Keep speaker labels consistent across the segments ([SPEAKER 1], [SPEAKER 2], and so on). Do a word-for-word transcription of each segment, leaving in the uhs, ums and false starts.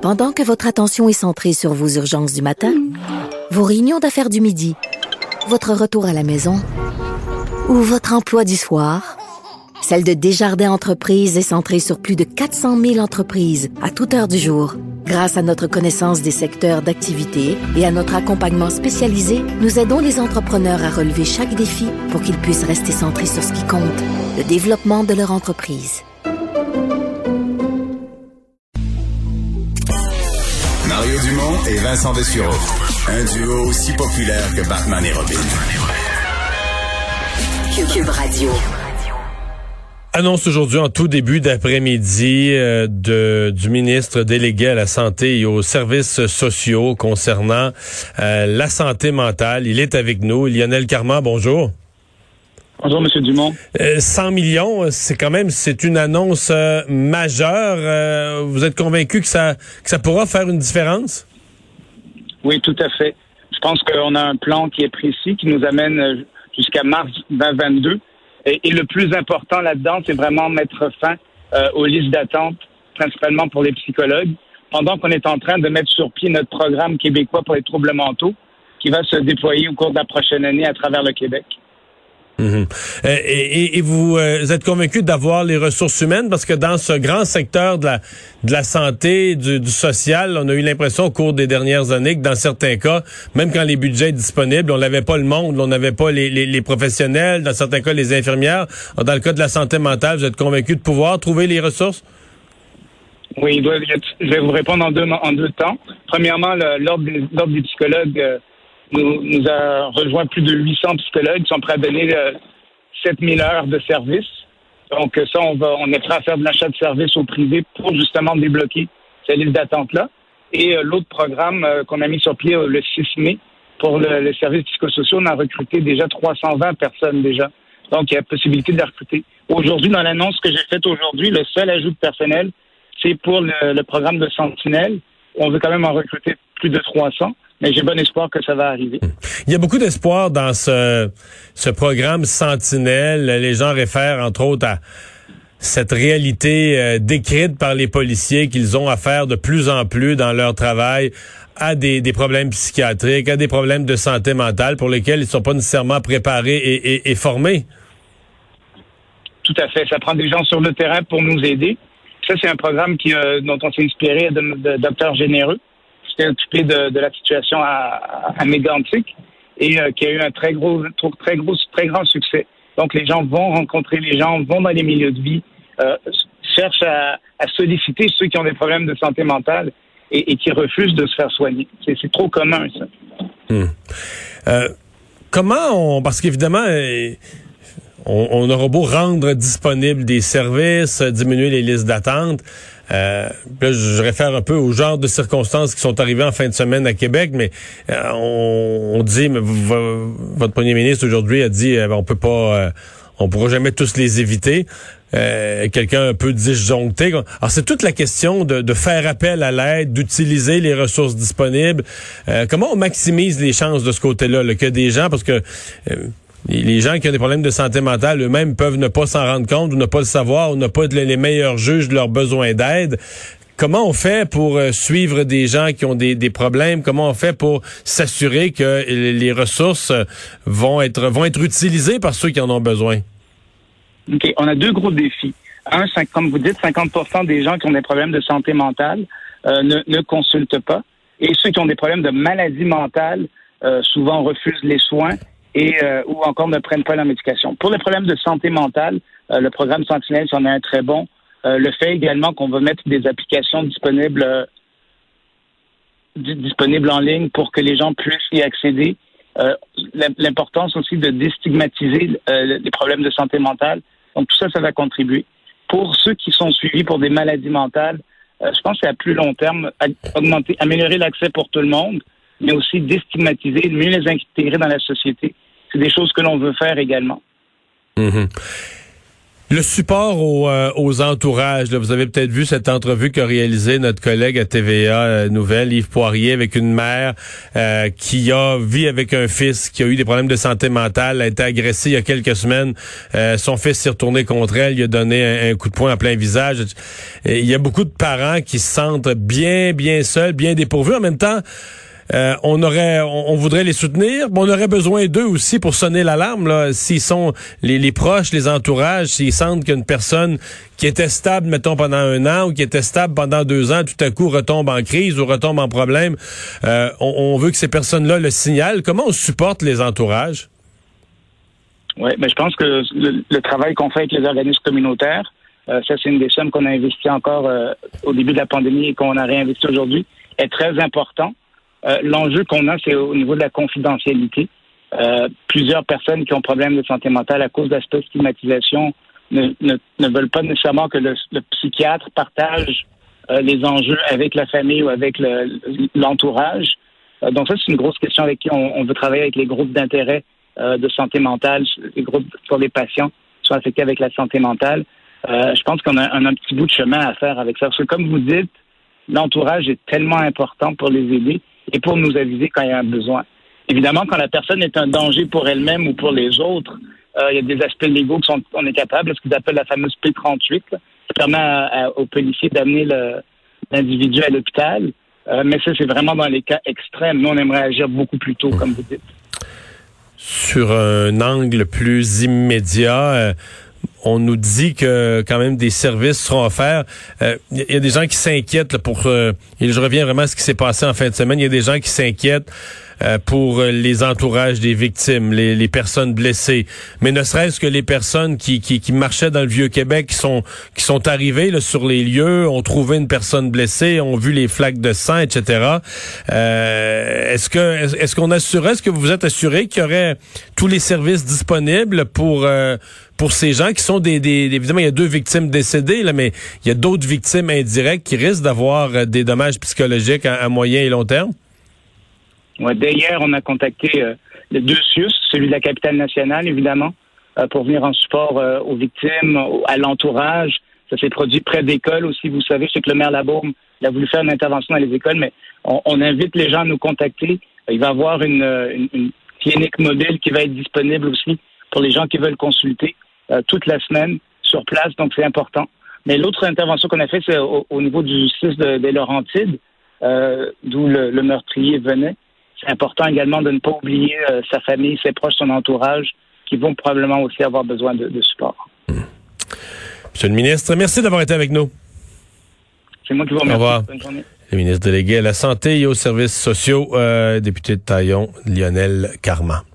[SPEAKER 1] Pendant que votre attention est centrée sur vos urgences du matin, vos réunions d'affaires du midi, votre retour à la maison ou votre emploi du soir, celle de Desjardins Entreprises est centrée sur plus de quatre cent mille entreprises à toute heure du jour. Grâce à notre connaissance des secteurs d'activité et à notre accompagnement spécialisé, nous aidons les entrepreneurs à relever chaque défi pour qu'ils puissent rester centrés sur ce qui compte, le développement de leur entreprise.
[SPEAKER 2] Mario Dumont et Vincent Dessureau. Un duo aussi populaire que Batman et Robin.
[SPEAKER 3] Cube Radio.
[SPEAKER 4] Annonce aujourd'hui en tout début d'après-midi euh, de, du ministre délégué à la santé et aux services sociaux concernant euh, la santé mentale. Il est avec nous. Lionel Carman, bonjour.
[SPEAKER 5] Bonjour, M. Dumont.
[SPEAKER 4] Euh, cent millions, c'est quand même, c'est une annonce euh, majeure. Euh, vous êtes convaincu que ça, que ça pourra faire une différence?
[SPEAKER 5] Oui, tout à fait. Je pense qu'on a un plan qui est précis, qui nous amène jusqu'à mars vingt vingt-deux. Et, et le plus important là-dedans, c'est vraiment mettre fin euh, aux listes d'attente, principalement pour les psychologues, pendant qu'on est en train de mettre sur pied notre programme québécois pour les troubles mentaux, qui va se déployer au cours de la prochaine année à travers le Québec.
[SPEAKER 4] Mmh. Et, et, et vous, euh, vous êtes convaincu d'avoir les ressources humaines parce que dans ce grand secteur de la de la santé, du, du social, on a eu l'impression au cours des dernières années que dans certains cas, même quand les budgets étaient disponibles, on n'avait pas le monde, on n'avait pas les, les, les professionnels, dans certains cas les infirmières. Dans le cas de la santé mentale, vous êtes convaincu de pouvoir trouver les ressources?
[SPEAKER 5] Oui, il doit, je vais vous répondre en deux, en deux temps. Premièrement, le, l'ordre, des, l'ordre des psychologues euh, Nous, nous a rejoint plus de huit cents psychologues qui sont prêts à donner euh, sept mille heures de service. Donc ça, on va, on est prêt à faire de l'achat de services au privé pour justement débloquer cette liste d'attente-là. Et euh, l'autre programme euh, qu'on a mis sur pied euh, le six mai pour le, le service psychosocial, on a recruté déjà trois cent vingt personnes déjà. Donc il y a possibilité de les recruter. Aujourd'hui, dans l'annonce que j'ai faite aujourd'hui, le seul ajout de personnel, c'est pour le, le programme de Sentinelle. On veut quand même en recruter plus de trois cents. Mais j'ai bon espoir que ça va arriver.
[SPEAKER 4] Il y a beaucoup d'espoir dans ce, ce programme Sentinelle. Les gens réfèrent, entre autres, à cette réalité euh, décrite par les policiers qu'ils ont à faire de plus en plus dans leur travail à des, des problèmes psychiatriques, à des problèmes de santé mentale pour lesquels ils ne sont pas nécessairement préparés et, et, et formés.
[SPEAKER 5] Tout à fait. Ça prend des gens sur le terrain pour nous aider. Ça, c'est un programme qui, euh, dont on s'est inspiré de, de Docteur Généreux, qui s'est occupé de, de la situation à, à Mégantic et euh, qui a eu un très gros, très gros, très grand succès. Donc, les gens vont rencontrer les gens, vont dans les milieux de vie, euh, cherchent à, à solliciter ceux qui ont des problèmes de santé mentale et, et qui refusent de se faire soigner. C'est, c'est trop commun, ça.
[SPEAKER 4] Hum. Euh, comment on... Parce qu'évidemment... Euh, On, on aura beau rendre disponibles des services, diminuer les listes d'attente. Euh, là, je réfère un peu au genre de circonstances qui sont arrivées en fin de semaine à Québec, mais euh, on, on dit, mais v- votre premier ministre aujourd'hui a dit, euh, on peut pas, euh, on pourra jamais tous les éviter. Euh, quelqu'un un peu disjoncté. Alors, c'est toute la question de, de faire appel à l'aide, d'utiliser les ressources disponibles. Euh, comment on maximise les chances de ce côté-là, là, que des gens, parce que euh, les gens qui ont des problèmes de santé mentale eux-mêmes peuvent ne pas s'en rendre compte ou ne pas le savoir ou ne pas être les meilleurs juges de leurs besoins d'aide. Comment on fait pour euh, suivre des gens qui ont des, des problèmes? Comment on fait pour s'assurer que les ressources vont être vont être utilisées par ceux qui en ont besoin?
[SPEAKER 5] OK. On a deux gros défis. Un, comme vous dites, cinquante pour cent des gens qui ont des problèmes de santé mentale euh, ne, ne consultent pas. Et ceux qui ont des problèmes de maladie mentale euh, souvent refusent les soins et euh, ou encore ne prennent pas la médication. Pour les problèmes de santé mentale, euh, le programme Sentinelle, c'en est un très bon. Euh, le fait également qu'on va mettre des applications disponibles euh, d- disponibles en ligne pour que les gens puissent y accéder. Euh, l'importance aussi de déstigmatiser euh, les problèmes de santé mentale. Donc tout ça, ça va contribuer. Pour ceux qui sont suivis pour des maladies mentales, euh, je pense que c'est à plus long terme, à augmenter, améliorer l'accès pour tout le monde, mais aussi déstigmatiser, mieux les intégrer dans la société. C'est des choses que l'on veut faire également.
[SPEAKER 4] Mmh. Le support aux, euh, aux entourages. Là, vous avez peut-être vu cette entrevue qu'a réalisée notre collègue à T V A euh, Nouvelle, Yves Poirier, avec une mère euh, qui a vit avec un fils qui a eu des problèmes de santé mentale, a été agressé il y a quelques semaines. Euh, son fils s'est retourné contre elle, il a donné un, un coup de poing en plein visage. Et il y a beaucoup de parents qui se sentent bien, bien seuls, bien dépourvus. En même temps, Euh, on aurait, on, on voudrait les soutenir, mais on aurait besoin d'eux aussi pour sonner l'alarme. Là, s'ils sont les, les proches, les entourages, s'ils sentent qu'une personne qui était stable, mettons pendant un an, ou qui était stable pendant deux ans, tout à coup retombe en crise ou retombe en problème, euh, on, on veut que ces personnes-là le signalent. Comment on supporte les entourages?
[SPEAKER 5] Oui, mais je pense que le, le travail qu'on fait avec les organismes communautaires, euh, ça c'est une des sommes qu'on a investi encore euh, au début de la pandémie et qu'on a réinvesti aujourd'hui, est très important. Euh, l'enjeu qu'on a, c'est au niveau de la confidentialité. Euh, plusieurs personnes qui ont problème de santé mentale à cause de la stigmatisation ne, ne, ne veulent pas nécessairement que le, le psychiatre partage euh, les enjeux avec la famille ou avec le, l'entourage. Euh, donc ça, c'est une grosse question avec qui on, on veut travailler avec les groupes d'intérêt euh, de santé mentale, les groupes pour les patients qui sont affectés avec la santé mentale. Euh, je pense qu'on a un, un petit bout de chemin à faire avec ça. Parce que comme vous dites, l'entourage est tellement important pour les aider et pour nous aviser quand il y a un besoin. Évidemment, quand la personne est un danger pour elle-même ou pour les autres, euh, il y a des aspects légaux qu'on on est capable, ce qu'ils appellent la fameuse P trente-huit, là, qui permet à, à, aux policiers d'amener le, l'individu à l'hôpital. Euh, mais ça, c'est vraiment dans les cas extrêmes. Nous, on aimerait agir beaucoup plus tôt, comme vous dites.
[SPEAKER 4] Sur un angle plus immédiat, euh, on nous dit que quand même des services seront offerts. Il euh, y, y a des gens qui s'inquiètent là, pour... Euh, et je reviens vraiment à ce qui s'est passé en fin de semaine. Il y a des gens qui s'inquiètent euh, pour les entourages des victimes, les, les personnes blessées. Mais ne serait-ce que les personnes qui, qui, qui marchaient dans le Vieux-Québec, qui sont qui sont arrivées là, sur les lieux, ont trouvé une personne blessée, ont vu les flaques de sang, et cetera. Euh, est-ce que est-ce, est-ce qu'on assurait, est-ce que vous vous êtes assuré qu'il y aurait tous les services disponibles pour euh, pour ces gens qui sont des, des, des... Évidemment, il y a deux victimes décédées, là, mais il y a d'autres victimes indirectes qui risquent d'avoir euh, des dommages psychologiques à, à moyen et long terme?
[SPEAKER 5] Ouais, dès hier, on a contacté euh, les deux C I U S, celui de la capitale nationale, évidemment, euh, pour venir en support euh, aux victimes, au, à l'entourage. Ça s'est produit près d'écoles aussi. Vous savez, c'est que le maire Labaume il a voulu faire une intervention dans les écoles, mais on, on invite les gens à nous contacter. Il va y avoir une, une, une clinique mobile qui va être disponible aussi pour les gens qui veulent consulter euh, toute la semaine sur place, donc c'est important. Mais l'autre intervention qu'on a faite, c'est au, au niveau du justice de, des Laurentides, euh, d'où le, le meurtrier venait. C'est important également de ne pas oublier euh, sa famille, ses proches, son entourage, qui vont probablement aussi avoir besoin de, de support.
[SPEAKER 4] Mmh. Monsieur le ministre, merci d'avoir été avec nous.
[SPEAKER 5] C'est moi qui vous remercie.
[SPEAKER 4] Au revoir.
[SPEAKER 5] Bonne journée.
[SPEAKER 4] Le ministre délégué à la Santé et aux services sociaux, euh, député de Taillon, Lionel Carman.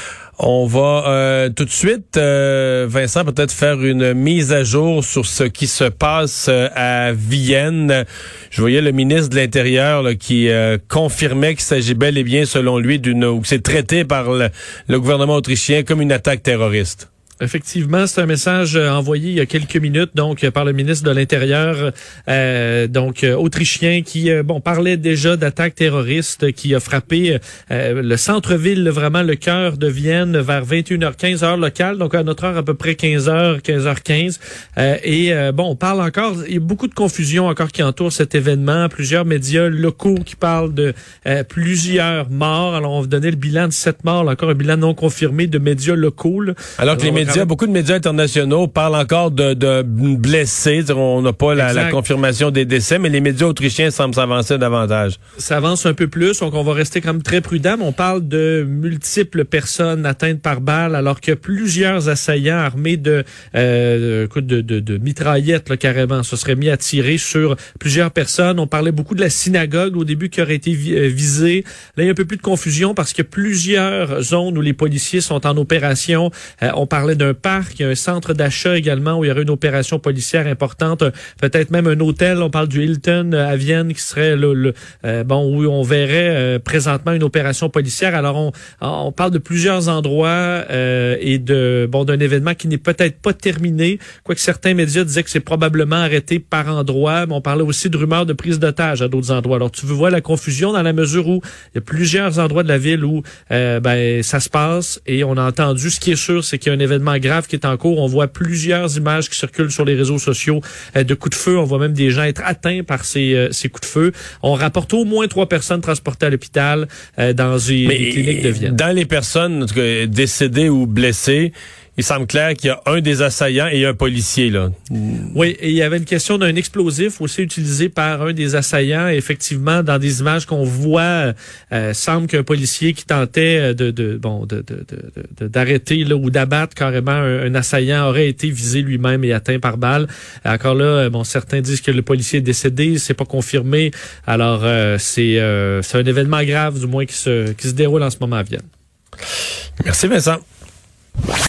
[SPEAKER 4] On va euh, tout de suite, euh, Vincent, peut-être faire une mise à jour sur ce qui se passe euh, à Vienne. Je voyais le ministre de l'Intérieur là, qui euh, confirmait qu'il s'agit bel et bien, selon lui, d'une ou que c'est traité par le, le gouvernement autrichien comme une attaque terroriste.
[SPEAKER 3] Effectivement, c'est un message envoyé il y a quelques minutes donc par le ministre de l'Intérieur euh, donc euh, autrichien qui euh, bon parlait déjà d'attaques terroristes qui a frappé euh, le centre-ville, vraiment le cœur de Vienne vers vingt et une heures quinze heure locale, donc à notre heure à peu près quinze heures, quinze heures quinze. Euh, et euh, bon, on parle encore, il y a beaucoup de confusion encore qui entoure cet événement, plusieurs médias locaux qui parlent de euh, plusieurs morts. Alors on va donner le bilan de sept morts, là, encore un bilan non confirmé de médias locaux. Là.
[SPEAKER 4] Alors que Alors, les médias Beaucoup de médias internationaux parlent encore de, de blessés. On n'a pas la, la confirmation des décès, mais les médias autrichiens semblent s'avancer davantage.
[SPEAKER 3] Ça avance un peu plus, donc on va rester quand même très prudent. On parle de multiples personnes atteintes par balles, alors que plusieurs assaillants armés de euh, de, de, de mitraillettes, là, carrément, se seraient mis à tirer sur plusieurs personnes. On parlait beaucoup de la synagogue au début qui aurait été visée. Là, il y a un peu plus de confusion parce que plusieurs zones où les policiers sont en opération. Euh, on parlait d'un parc, il y a un centre d'achat également où il y aurait une opération policière importante, peut-être même un hôtel, on parle du Hilton à Vienne qui serait le, le euh, bon où on verrait euh, présentement une opération policière. Alors on on parle de plusieurs endroits euh, et de bon d'un événement qui n'est peut-être pas terminé, quoique certains médias disaient que c'est probablement arrêté par endroits, mais on parlait aussi de rumeurs de prise d'otages à d'autres endroits. Alors tu veux voir la confusion dans la mesure où il y a plusieurs endroits de la ville où euh, ben ça se passe et on a entendu, ce qui est sûr, c'est qu'il y a un événement événement grave qui est en cours. On voit plusieurs images qui circulent sur les réseaux sociaux euh, de coups de feu. On voit même des gens être atteints par ces, euh, ces coups de feu. On rapporte au moins trois personnes transportées à l'hôpital euh, dans une, une clinique de Vienne.
[SPEAKER 4] Dans les personnes en tout cas, décédées ou blessées, il semble clair qu'il y a un des assaillants et un policier, là.
[SPEAKER 3] Oui, et il y avait une question d'un explosif aussi utilisé par un des assaillants. Et effectivement, dans des images qu'on voit, euh, semble qu'un policier qui tentait de, de bon, de, de, de, de d'arrêter là ou d'abattre carrément un, un assaillant aurait été visé lui-même et atteint par balle. Encore là, bon, certains disent que le policier est décédé, c'est pas confirmé. Alors, euh, c'est, euh, c'est un événement grave, du moins, qui se, qui se déroule en ce moment à Vienne.
[SPEAKER 4] Merci, Vincent.